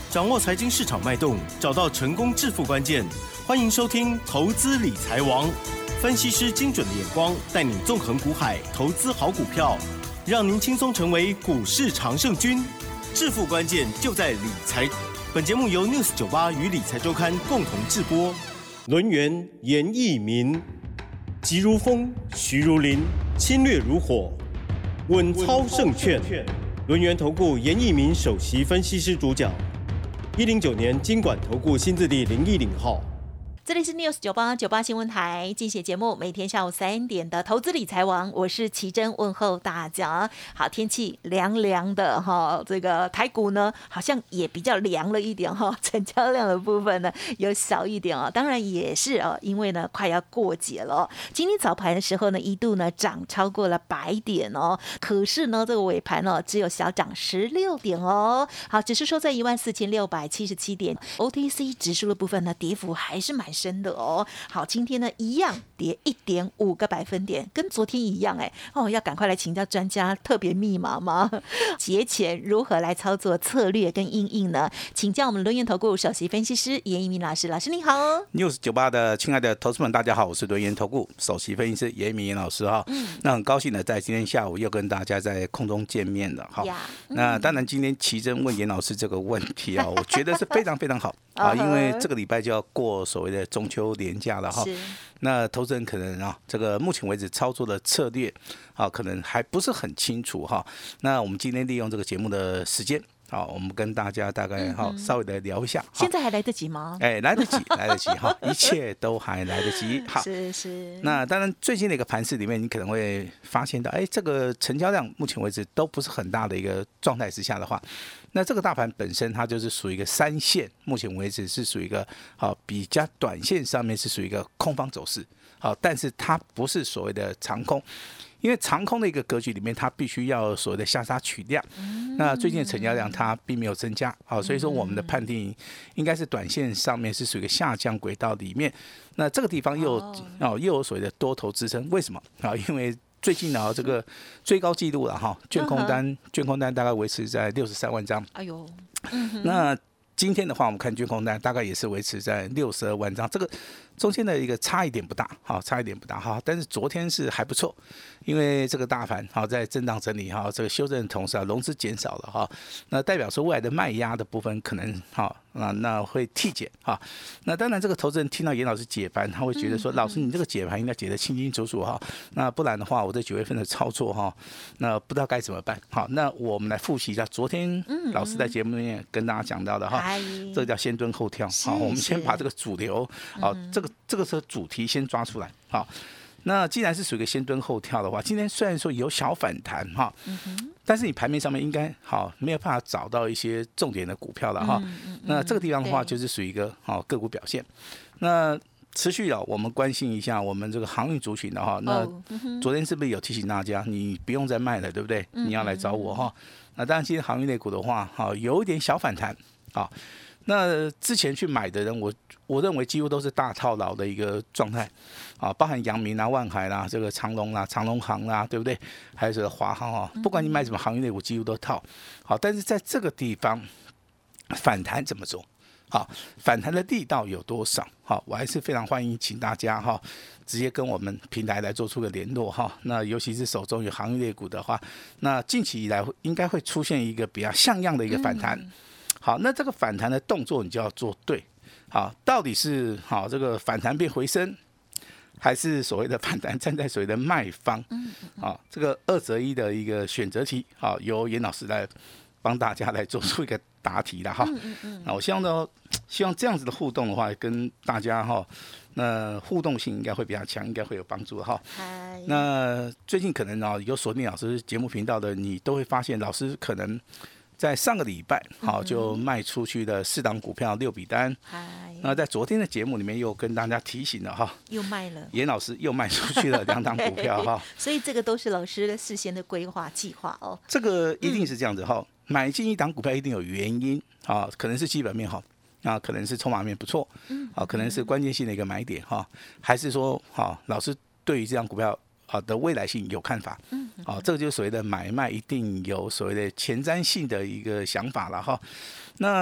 掌握财经市场脉动，找到成功致富关键。欢迎收听《投资理财王》，分析师精准的眼光，带你纵横股海，投资好股票，让您轻松成为股市常胜军。致富关键就在理财。本节目由 News 98与理财周刊共同制播。轮源严义民，急如风，徐如林，侵略如火，稳操胜券。轮源投顾严义民首席分析师主讲。109年金管投顾新字第010号。 这里是 News 98新闻台，进行节目，每天下午3点的投资理财王，我是奇珍，问候大家。好，天气凉凉的哈，这个台股呢好像也比较凉了一点哈，成交量的部分呢有小一点哦，当然也是因为呢快要过节了。今天早盘的时候呢，一度呢涨超过了100点哦，可是呢这个尾盘只有小涨16点哦。好，只是说在14677点 ，OTC 指数的部分呢跌幅还是蛮深的哦。好，今天呢一样跌1.5个百分点，跟昨天一样要赶快来请教专家特别密码吗？节前如何来操作策略跟因应呢？请教我们轮源投顾首席分析师严义民老师，老师你好。 News 98的亲爱的投资们，大家好，我是轮源投顾首席分析师严义民老师哈。那很高兴呢，在今天下午又跟大家在空中见面了哈。那当然，今天奇珍问严老师这个问题啊，我觉得是非常非常好啊，因为这个礼拜就要过所谓的中秋连假了哈。那投资人可能这个目前为止操作的策略可能还不是很清楚哈。那我们今天利用这个节目的时间。好，我们跟大家大概稍微的聊一下。 现在还来得及吗？ 来得及，来得及哈，一切都还来得及。好， 是。 那当然，最近的一个盘势里面，你可能会发现到，这个成交量目前为止都不是很大的一个状态之下的话，那这个大盘本身它就是属于一个3线，目前为止是属于一个比较短线上面是属于一个空方走势，但是它不是所谓的长空。因为长空的一个格局里面，它必须要所谓的下杀取量。那最近的成交量它并没有增加，所以说我们的判定应该是短线上面是属于一个下降轨道里面。那这个地方又有所谓的多头支撑，为什么？因为最近这个最高纪录了券空单大概维持在63万张。哎呦，那今天的话，我们看券空单大概也是维持在62万张，这个中间的一个差一点不大，差一点不大哈。但是昨天是还不错，因为这个大盘在震荡整理这个修正的同时融资减少了那代表说未来的卖压的部分可能那会递减那当然这个投资人听到严老师解盘，他会觉得说，老师你这个解盘应该解得清清楚楚那不然的话我这9月份的操作那不知道该怎么办。好，那我们来复习一下昨天老师在节目里面跟大家讲到的这个叫先蹲后跳。好，我们先把这个主流这个是主题先抓出来。好，那既然是属于一个先蹲后跳的话，今天虽然说有小反弹但是你盘面上面应该没有办法找到一些重点的股票了那这个地方的话就是属于一个个股表现。那持续我们关心一下我们这个航运族群的那昨天是不是有提醒大家，你不用再卖了，对不对？你要来找我那当然今天航运类股的话有一点小反弹那之前去买的人，我认为几乎都是大套牢的一个状态包含阳明万海啦，这个长荣啦，长荣航啦，对不对？还有这个华航不管你买什么航运类股，几乎都套但是在这个地方反弹怎么做？反弹的力道有多少？我还是非常欢迎请大家直接跟我们平台来做出个联络那尤其是手中有航运类股的话，那近期以来应该会出现一个比较像样的一个反弹。好，那这个反弹的动作你就要做对。好，到底是这个反弹变回升，还是所谓的反弹站在所谓的卖方？这个2择1的一个选择题，由严老师来帮大家来做出一个答题了那我希望这样子的互动的话，跟大家那互动性应该会比较强，应该会有帮助那最近可能有锁定老师节目频道的，你都会发现老师可能在上个礼拜就卖出去的4档股票6笔单。那在昨天的节目里面又跟大家提醒了又卖了， 严老师又卖出去了2档股票所以这个都是老师的事先的规划计划这个一定是这样子买进一档股票一定有原因可能是基本面可能是筹码面不错可能是关键性的一个买点还是说老师对于这档股票的未来性有看法这个就是所谓的买卖一定有所谓的前瞻性的一个想法了那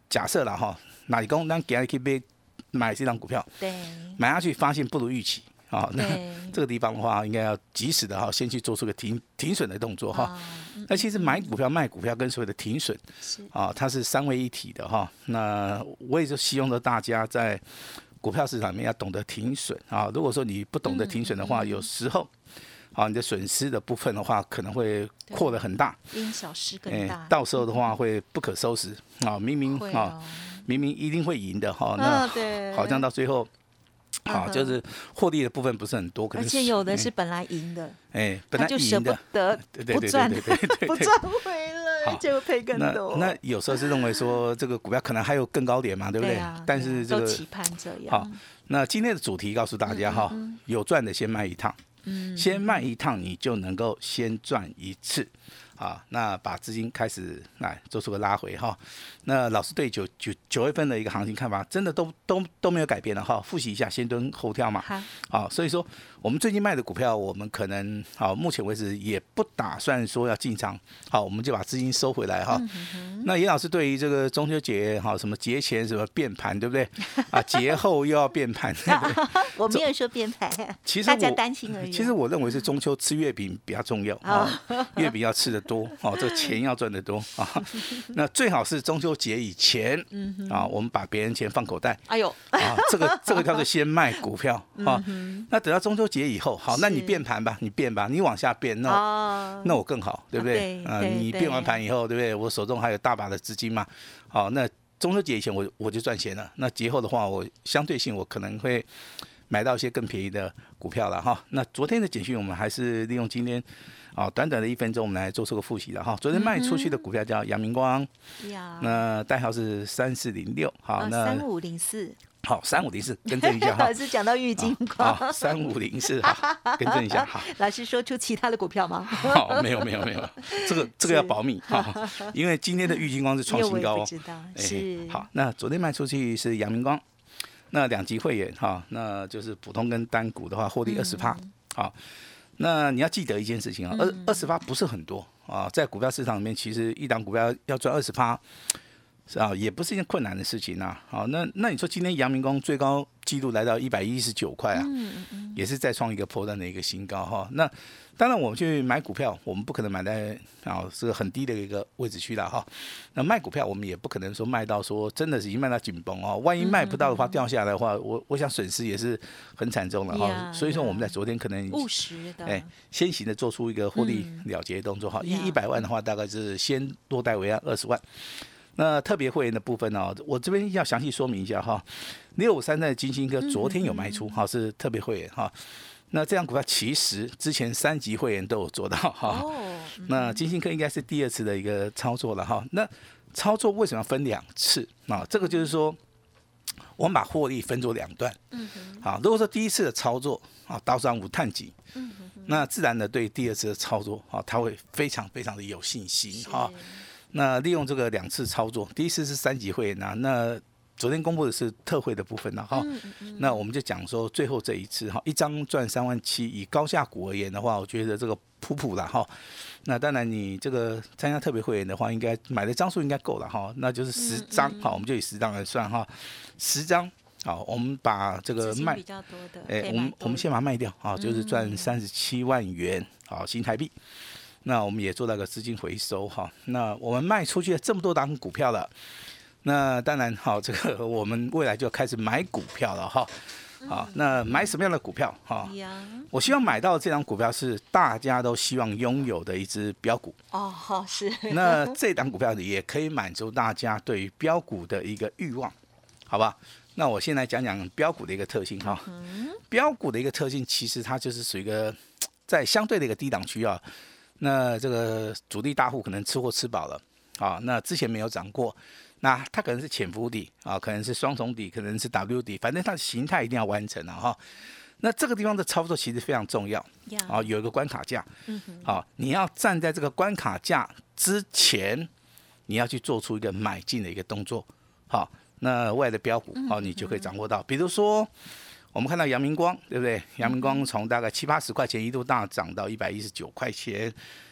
假设了哈，哪里公咱给他去买这张股票， 对， 买下去发现不如预期。那对这个地方的话，应该要及时的先去做出个停损的动作哈。那其实买股票、卖股票跟所谓的停损它是三位一体的哈。那我也就希望着大家在股票市场里面要懂得停损啊。如果说你不懂得停损的话，有时候你的损失的部分的话，可能会扩得很大， 因小失更大， 到时候的话会不可收拾啊。明明一定会赢的哈，那好像到最后。就是获利的部分不是很多， 而且有的是本来赢的， 本来就舍不得不赚，不赚回来就赔更多。 那有时候是认为说这个股票可能还有更高点嘛，对不对？但是这个都期盼这样。 好，那今天的主题告诉大家哈，有赚的先卖一趟，先卖一趟你就能够先赚一次。那把资金开始来做出个拉回哈。那老师对九月份的一个行情看法，真的都没有改变了哈。复习一下，先蹲后跳嘛。所以说我们最近卖的股票，我们可能目前为止也不打算说要进场，我们就把资金收回来哈。那严老师对于这个中秋节什么节前什么变盘，对不对？节后又要变盘。 我没有说变盘，大家担心而已。 其实我认为是中秋吃月饼比较重要月饼要吃得多这个钱要赚得多那最好是中秋节以前我们把别人钱放口袋。 哎呦这个叫做先卖股票那等到中秋节以后，好，那你变盘吧，你变吧，你往下变，那我更好，对不对？你变完盘以后，对不对？我手中还有大把的资金嘛。好，那中秋节以前我就赚钱了。那节后的话，我相对性我可能会买到一些更便宜的股票了哈。那昨天的简讯我们还是利用今天短短的1分钟，我们来做出个复习了哈。昨天卖出去的股票叫阳明光，那代号是3406，好，那 3504。 好，3504，更正一下哈。 老师讲到玉金光 ，3504，好，更正一下哈。 老师说出其他的股票吗？ 好，没有，这个要保密哈，因为今天的玉金光是创新高我也不知道，是。 好，那昨天卖出去是阳明光，那2级会员那就是普通跟单股的话，获利20%。好，那你要记得一件事情20%不是很多在股票市场里面，其实一档股票要赚20%。也不是一件困难的事情好，那你说今天阳明光最高纪录来到119块也是再创一个波段的一个新高那当然我们去买股票，我们不可能买在这个很低的一个位置去了那卖股票我们也不可能说卖到说真的是已经卖到紧绷万一卖不到的话掉下来的话，我想损失也是很惨重的所以说我们在昨天可能务实的先行的做出一个获利了结的动作100万的话，大概是先落袋为安20万。那特别会员的部分我这边要详细说明一下653的金星科昨天有卖出是特别会员那这张股票其实之前3级会员都有做到那金星科应该是第2次的一个操作了那操作为什么要分2次这个就是说我们把获利分作2段如果说第1次的操作刀山无探底那自然的对第2次的操作他会非常非常的有信心那利用这个2次操作，第1次是3级会员那昨天公布的是特惠的部分那我们就讲说最后这一次一张赚37000，以高价股而言的话，我觉得这个普啦那当然你这个参加特别会员的话，应该买的张数应该够了那就是10张我们就以10张来算10张好，我们把这个卖比较多的我们先把它卖掉就是赚37万元新台币。那我们也做到个资金回收那我们卖出去了这么多档股票了，那当然这个我们未来就开始买股票了那买什么样的股票我希望买到这档股票是大家都希望拥有的一只标股是。 那这档股票也可以满足大家对于标股的一个欲望，好吧？那我先来讲讲标股的一个特性标股的一个特性，其实它就是属于一个在相对的一个低档区那这个主力大户可能吃货吃饱了那之前没有涨过，那它可能是潜伏底可能是双重底，可能是 W 底，反正它的形态一定要完成那这个地方的操作其实非常重要有一个关卡价你要站在这个关卡价之前，你要去做出一个买进的一个动作那未来的标股你就可以掌握到。比如说我们看到阳明光，对不对？阳明光从大概70-80块钱一度大涨到119块钱，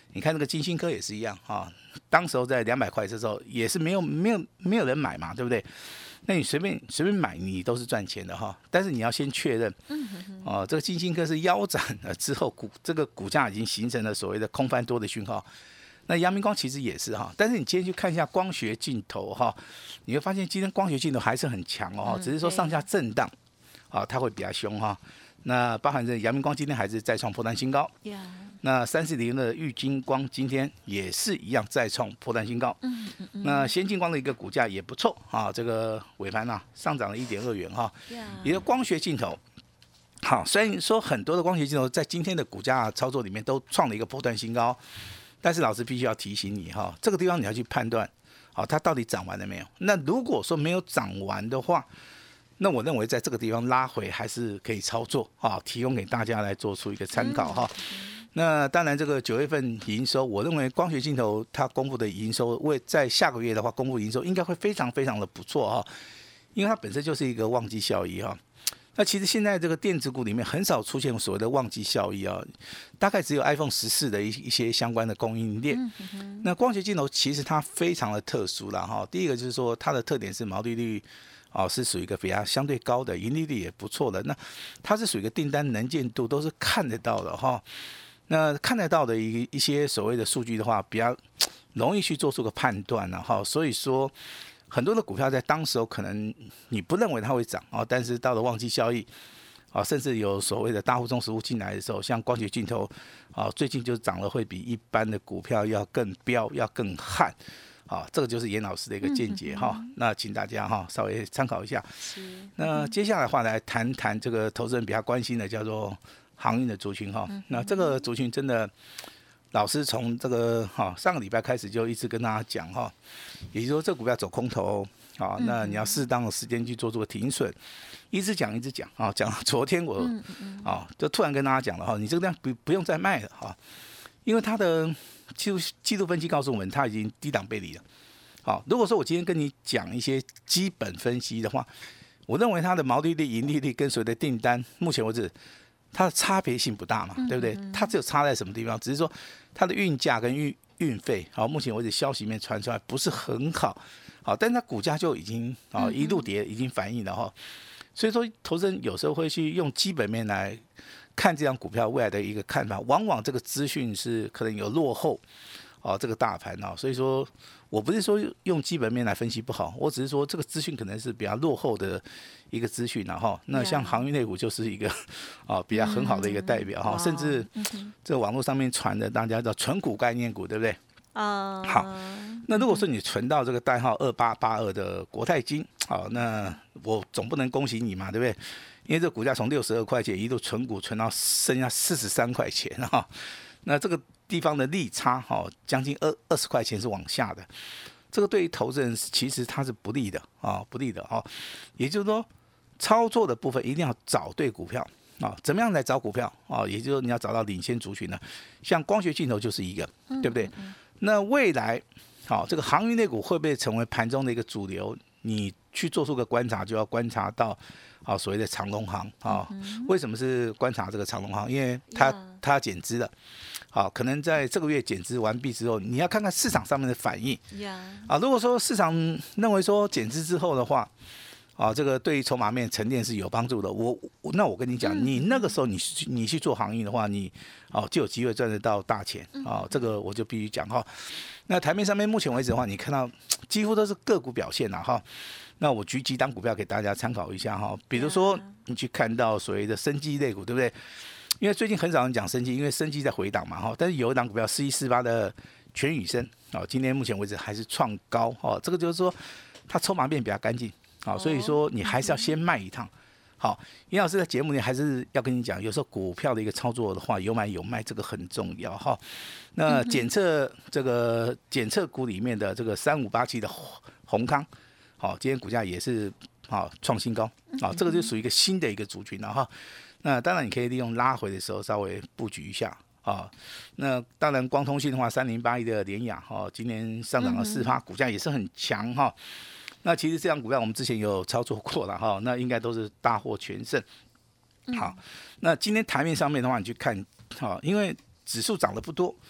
你看那个金星科也是一样啊，当时候在200块的时候也是没有人买嘛，对不对？那你随便买，你都是赚钱的哈。但是你要先确认，这个金星科是腰斩了之后，这个股价已经形成了所谓的空翻多的讯号。那阳明光其实也是哈，但是你今天去看一下光学镜头哈，你会发现今天光学镜头还是很强哦，只是说上下震荡啊，它会比较凶哈。那包含着阳明光今天还是再创波段新高，那340的玉晶光今天也是一样再创波段新高，那先进光的一个股价也不错啊，这个尾盘上涨了1.2元哈，也就光学镜头。好，虽然说很多的光学镜头在今天的股价操作里面都创了一个波段新高。但是老师必须要提醒你哈，这个地方你要去判断，好，它到底涨完了没有？那如果说没有涨完的话，那我认为在这个地方拉回还是可以操作啊，提供给大家来做出一个参考哈。那当然，这个9月份营收，我认为光学镜头它公布的营收，在下个月的话，公布营收应该会非常非常的不错哈，因为它本身就是一个旺季效益哈。那其实现在这个电子股里面很少出现所谓的旺季效益啊，大概只有 iPhone 14的一些相关的供应链。那光学镜头其实它非常的特殊啦哈。第一个就是说它的特点是毛利率是属于一个比较相对高的，盈利率也不错的。那它是属于一个订单能见度都是看得到的哈。那看得到的一些所谓的数据的话，比较容易去做出个判断了哈。所以说。很多的股票在当时候可能你不认为它会涨但是到了旺季效益甚至有所谓的大户中实物进来的时候，像光学镜头最近就涨了会比一般的股票要更飙，要更悍这个就是严老师的一个见解那请大家稍微参考一下。那接下来的话来谈谈这个投资人比较关心的叫做航运的族群那这个族群真的。老师从这个上个礼拜开始就一直跟大家讲也就是说这股票走空头那你要适当的时间去做这个停损，一直讲讲到昨天我就突然跟大家讲了你这个量不用再卖了因为它的技术分析告诉我们它已经低档背离了如果说我今天跟你讲一些基本分析的话，我认为它的毛利率、盈利率跟所谓的订单，目前为止。它的差别性不大嘛，对不对？它只有差在什么地方？只是说它的运价跟运费，目前为止消息面传出来不是很好，但是它股价就已经一路跌，已经反映了所以说，投资人有时候会去用基本面来看这张股票未来的一个看法，往往这个资讯是可能有落后这个大盘所以说我不是说用基本面来分析不好，我只是说这个资讯可能是比较落后的一个资讯那像航运类股就是一个比较很好的一个代表甚至这个网络上面传的大家叫纯股概念股，对不对？好，那如果说你存到这个代号2882的国泰金那我总不能恭喜你嘛，对不对？因为这股价从62块钱一路存股存到剩下43块钱那这个地方的利差将近20块钱是往下的，这个对于投资人其实它是不利的不利的也就是说操作的部分一定要找对股票怎么样来找股票也就是说你要找到领先族群的，像光学镜头就是一个，对不对？那未来这个航运类股会不会成为盘中的一个主流？你去做出个观察，就要观察到所谓的长荣航为什么是观察这个长荣航？因为它要减资了。可能在这个月减资完毕之后，你要看看市场上面的反应。如果说市场认为说减资之后的话，这个对于筹码面沉淀是有帮助的。那我跟你讲，你那个时候你去做航运的话，你就有机会赚得到大钱这个我就必须讲那台面上面目前为止的话，你看到几乎都是个股表现那我举几档股票给大家参考一下比如说你去看到所谓的生技类股，对不对？因为最近很少人讲生技，因为生技在回档嘛但是有一档股票4148的全宇生今天目前为止还是创高这个就是说它筹码面比较干净所以说你还是要先卖一趟。严老师在节目里还是要跟你讲，有时候股票的一个操作的话，有买有卖，这个很重要那检测股里面的这个3587的宏康今天股价也是创新高这个就属于一个新的一个族群了那当然你可以利用拉回的时候稍微布局一下那当然光通信的话，3081的联亚今年上涨了4%，股价也是很强那其实这样股票我们之前有操作过了那应该都是大获全胜。好，那今天台面上面的话，你去看因为指数涨得不多，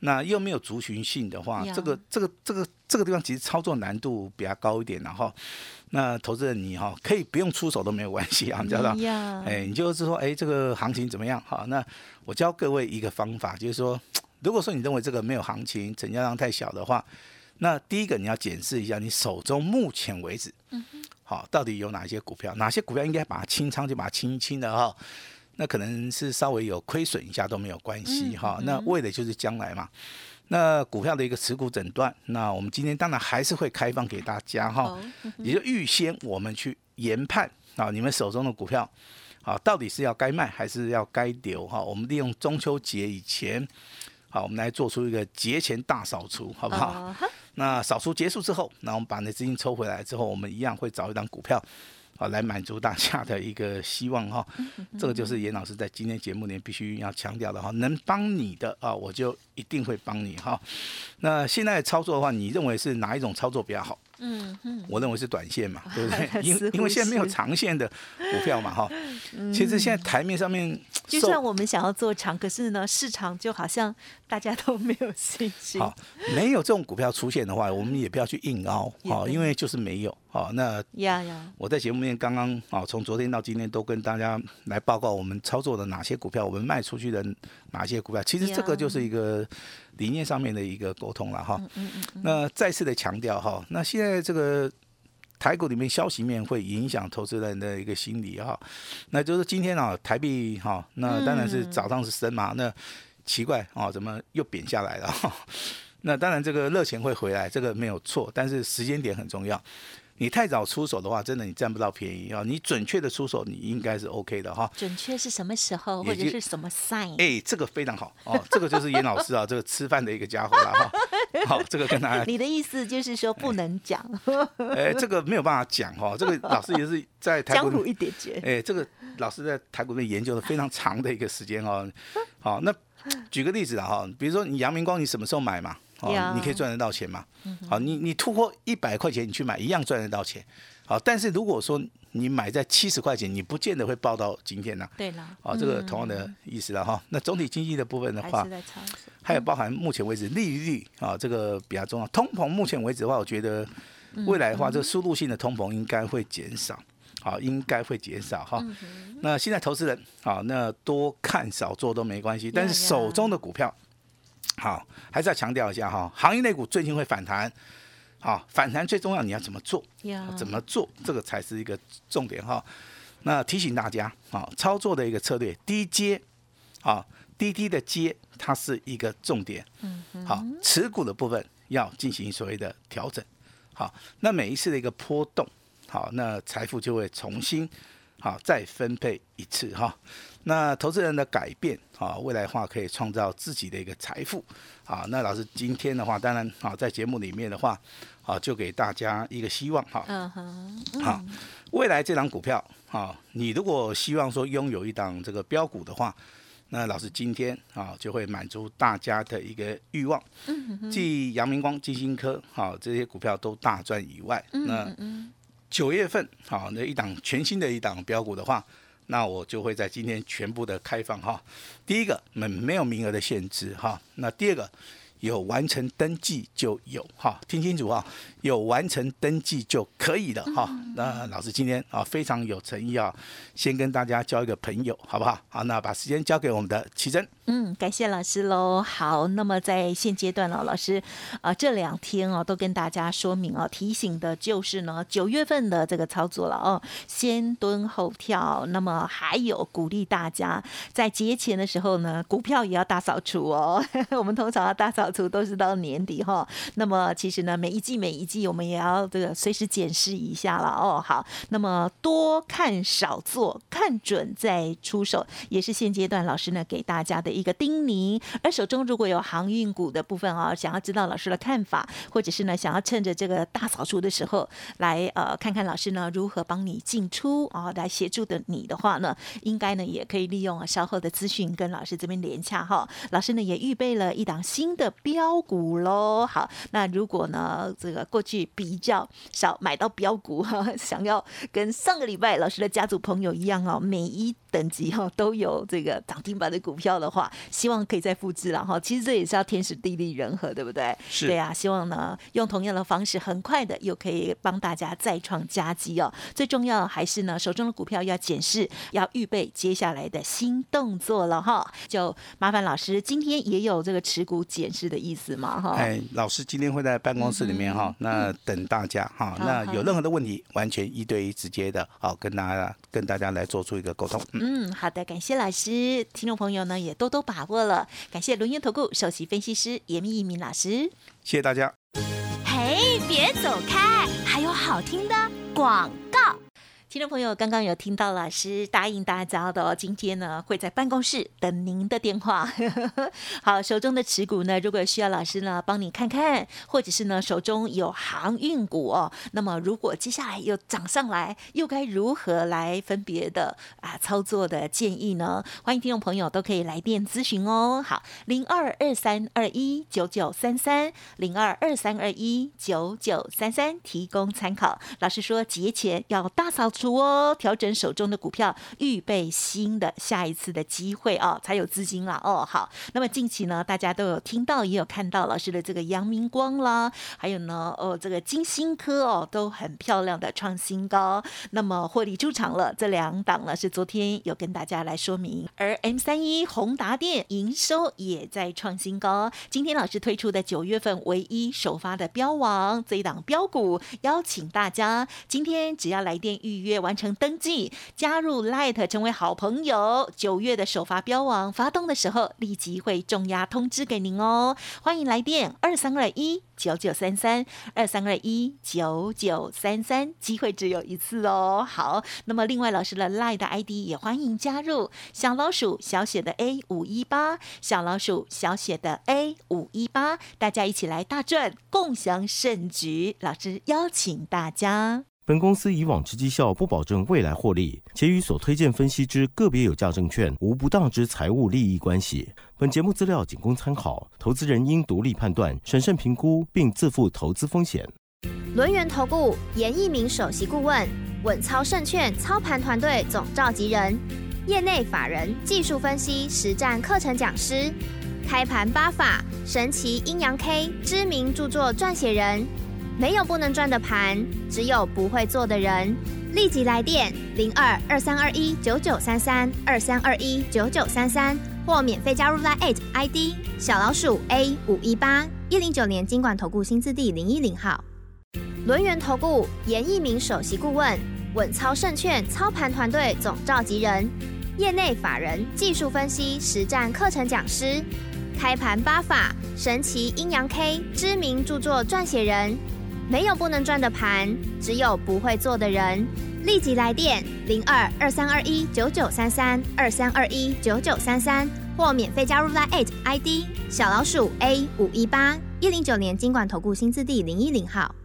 那又没有族群性的话，这个地方其实操作难度比较高一点，然后那投资人你可以不用出手都没有关系啊，你知道？你就是说这个行情怎么样？好，那我教各位一个方法，就是说，如果说你认为这个没有行情，成交量太小的话，那第一个你要检视一下你手中目前为止，好，到底有哪些股票？哪些股票应该把它清仓就把它清一清的哈。那可能是稍微有亏损一下都没有关系哈。那为的就是将来嘛。那股票的一个持股诊断，那我们今天当然还是会开放给大家哈。也就预先我们去研判啊，你们手中的股票啊，到底是要该卖还是要该留哈？我们利用中秋节以前，好，我们来做出一个节前大扫除，好不好？那扫除结束之后，那我们把那资金抽回来之后，我们一样会找一档股票。来满足大家的一个希望哈，这个就是严老师在今天节目里面必须要强调的哈，能帮你的啊，我就一定会帮你哈。那现在操作的话，你认为是哪一种操作比较好？我认为是短线嘛，对不对？因为现在没有长线的股票嘛哈。其实现在台面上面， 就算我们想要做长，可是呢，市场就好像大家都没有信心。 好，没有这种股票出现的话，我们也不要去硬凹，好，因为就是没有。好，那我在节目里面刚刚从昨天到今天都跟大家来报告我们操作的哪些股票，我们卖出去的哪些股票，其实这个就是一个理念上面的一个沟通了哈。那再次的强调哈，那现在这个台股里面消息面会影响投资人的一个心理哈。那就是今天台币哈，那当然是早上是升嘛，那奇怪怎么又贬下来了哈？那当然这个热钱会回来，这个没有错，但是时间点很重要。你太早出手的话，真的你占不到便宜啊！你准确的出手，你应该是 OK 的哈。 准确是什么时候，或者是什么 sign？ 这个非常好哦，这个就是严老师啊，这个吃饭的一个家伙啦哈。好，这个跟大家。 你的意思就是说不能讲？ 这个没有办法讲哈，这个老师也是在台股江湖一点诀。 这个老师在台股内研究了非常长的一个时间哦。好，那举个例子啦哈，比如说你阳明光，你什么时候买嘛？你可以赚得到钱嘛？好，你突破100块钱，你去买一样赚得到钱。好，但是如果说你买在70块钱，你不见得会报到今天呢。 对了， 这个同样的意思了哈。那总体经济的部分的话，还有包含目前为止利率这个比较重要。通膨目前为止的话，我觉得未来的话，这个输入性的通膨应该会减少。好，应该会减少哈。那现在投资人那多看少做都没关系，但是手中的股票。好，还是要强调一下哈，行业类股最近会反弹，好，反弹最重要你要怎么做？怎么做？这个才是一个重点哈。那提醒大家，操作的一个策略，低接，低低的接，它是一个重点。好，持股的部分要进行所谓的调整。好，那每一次的一个波动，好，那财富就会重新再分配一次哈。那投资人的改变未来的话可以创造自己的一个财富那老师今天的话，当然在节目里面的话就给大家一个希望未来这档股票你如果希望说拥有一档这个标股的话，那老师今天就会满足大家的一个欲望。继阳明光、金星科这些股票都大赚以外，那9月份那一档全新的一档标股的话，那我就会在今天全部的开放哈。第一个没有名额的限制哈，那第二个有完成登记就有哈，听清楚有完成登记就可以了哈。那老师今天非常有诚意先跟大家交一个朋友，好不好？好，那把时间交给我们的奇珍。 感谢老师喽。好，那么在现阶段老师这2天都跟大家说明提醒的就是呢9月份的这个操作了先蹲后跳。那么还有鼓励大家在节前的时候呢，股票也要大扫除我们通常大扫除都是到年底那么其实呢每一季我们也要这个随时检视一下了好，那么多看少做，看准再出手，也是现阶段老师呢给大家的一个叮咛。而手中如果有航运股的部分想要知道老师的看法，或者是呢想要趁着这个大扫除的时候来看看老师呢如何帮你进出来协助的你的话呢，应该呢也可以利用稍后的资讯跟老师这边连洽老师呢也预备了一档新的标股咯。好，那如果呢这个过去比较少买到标股想要跟上个礼拜老师的家族朋友一样每一等级都有这个涨停板的股票的话话，希望可以再复制了哈。其实这也是要天时地利人和，对不对？ 是， 对啊，希望呢用同样的方式，很快的又可以帮大家再创佳绩哦。最重要还是呢，手中的股票要检视，要预备接下来的新动作了哈。就麻烦老师，今天也有这个持股检视的意思吗？哈， 老师今天会在办公室里面哈，那等大家哈，那有任何的问题，完全1对1直接的，好跟大家来做出一个沟通。 好的，感谢老师，听众朋友呢也多多把握了。感谢轮源投顾首席分析师严一鸣老师， 谢谢大家。 嘿，别走开，还有好听的广告。 听众朋友，刚刚有听到老师答应大家的哦，今天呢会在办公室等您的电话。好，手中的持股呢，如果需要老师呢帮你看看，或者是呢手中有航运股哦，那么如果接下来又涨上来，又该如何来分别的操作的建议呢？欢迎听众朋友都可以来电咨询哦。好，0223219933，0223219933提供参考。老师说节前要大扫除哦，调整手中的股票，预备新的下一次的机会哦，才有资金啦哦。好，那么近期呢，大家都有听到，也有看到老师的这个阳明光啦，还有呢这个金星科哦，都很漂亮的创新高。那么获利出场了，这2档呢是昨天有跟大家来说明，而 M31 宏达电营收也在创新高。今天老师推出的9月份唯一首发的标王这一档标股，邀请大家今天只要来电预约完成登记，加入 Light 成为好朋友，9月的首发标王发动的时候，立即会重压通知给您哦。欢迎来电23219933，23219933，机会只有一次哦。好，那么另外老师的 Light 的 ID 也欢迎加入，小老鼠小写的 A518，小老鼠小写的 A518，大家一起来大赚，共享盛举。老师邀请大家。 本公司以往之绩效不保证未来获利，且与所推荐分析之个别有价证券无不当之财务利益关系。本节目资料仅供参考，投资人应独立判断、审慎评估，并自负投资风险。 轮源投顾严一鸣首席顾问，稳操胜券操盘团队总召集人，业内法人、技术分析实战课程讲师，开盘8法、神奇阴阳 K 知名著作撰写人。没有不能赚的盘，只有不会做的人。立即来电02-2321-9933，2321-9933，或免费加入 LINE@ ID 小老鼠 A518，109年金管投顾新字第010号。轮源投顾严一鸣首席顾问，稳操胜券操盘团队总召集人，业内法人、技术分析实战课程讲师，开盘8法、神奇阴阳 K 知名著作撰写人。没有不能赚的盘，只有不会做的人。立即来电02-2321-9933，2321-9933，或免费加入 LINE@ ID 小老鼠 A518，109年金管投顾新字第010号。